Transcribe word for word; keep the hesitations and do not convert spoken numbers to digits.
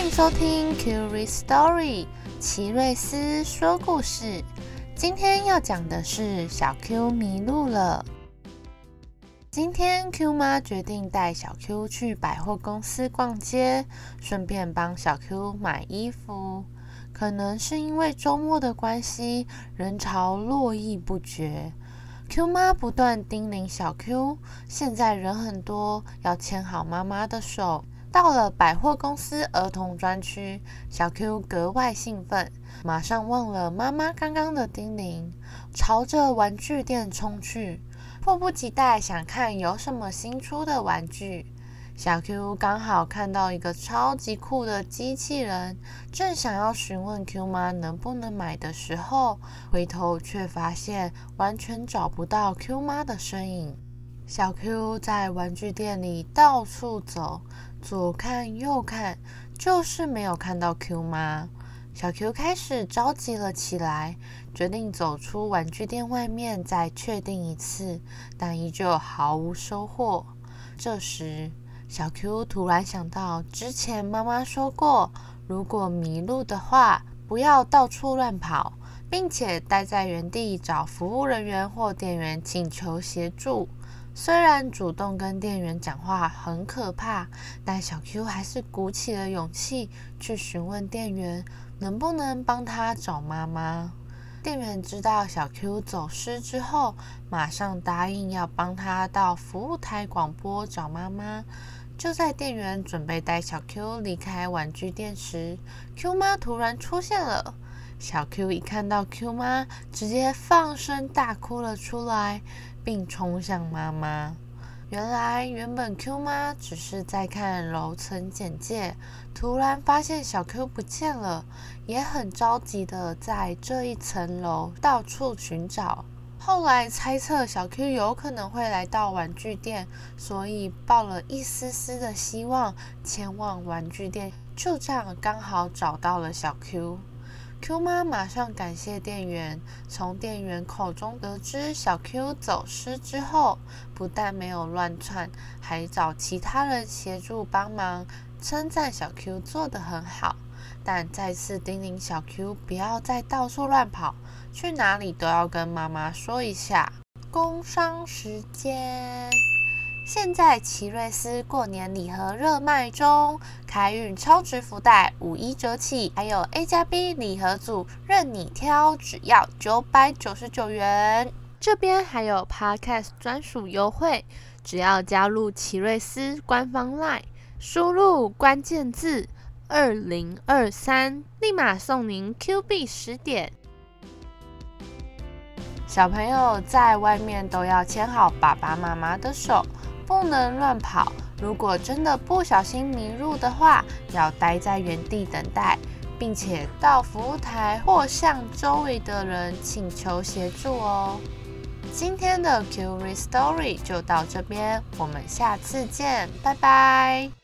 欢迎收听 Curious Story 奇瑞斯说故事。今天要讲的是小 Q 迷路了。今天 Q 妈决定带小 Q 去百货公司逛街，顺便帮小 Q 买衣服。可能是因为周末的关系，人潮络绎不绝。Q 妈不断叮咛小 Q， 现在人很多，要牵好妈妈的手。到了百货公司儿童专区，小 Q 格外兴奋，马上忘了妈妈刚刚的叮咛，朝着玩具店冲去，迫不及待想看有什么新出的玩具。小 Q 刚好看到一个超级酷的机器人，正想要询问 Q 妈能不能买的时候，回头却发现完全找不到 Q 妈的身影。小 Q 在玩具店里到处走，左看右看，就是没有看到 Q 妈。小 Q 开始着急了起来，决定走出玩具店外面再确定一次，但依旧毫无收获。这时小 Q 突然想到，之前妈妈说过，如果迷路的话，不要到处乱跑，并且待在原地找服务人员或店员请求协助。虽然主动跟店员讲话很可怕，但小 Q 还是鼓起了勇气去询问店员能不能帮他找妈妈。店员知道小 Q 走失之后，马上答应要帮他到服务台广播找妈妈。就在店员准备带小 Q 离开玩具店时， Q 妈突然出现了。小 Q 一看到 Q 妈，直接放声大哭了出来，并冲向妈妈。原来原本 Q 妈只是在看楼层简介，突然发现小 Q 不见了，也很着急的在这一层楼到处寻找。后来猜测小 Q 有可能会来到玩具店，所以抱了一丝丝的希望前往玩具店，就这样刚好找到了小 Q。Q 妈马上感谢店员，从店员口中得知小 Q 走失之后，不但没有乱窜，还找其他人协助帮忙，称赞小 Q 做得很好，但再次叮咛小 Q 不要再到处乱跑，去哪里都要跟妈妈说一下。工商时间，现在奇瑞斯过年礼盒热卖中，开运超值福袋五一折起，还有 A 加 B 礼盒组任你挑，只要九百九十九元。这边还有 Podcast 专属优惠，只要加入奇瑞斯官方 LINE， 输入关键字二零二三，立马送您 Q 币十点。小朋友在外面都要牵好爸爸妈妈的手，不能乱跑。如果真的不小心迷路的话，要待在原地等待，并且到服务台或向周围的人请求协助哦。今天的 Curious Story 就到这边，我们下次见，拜拜。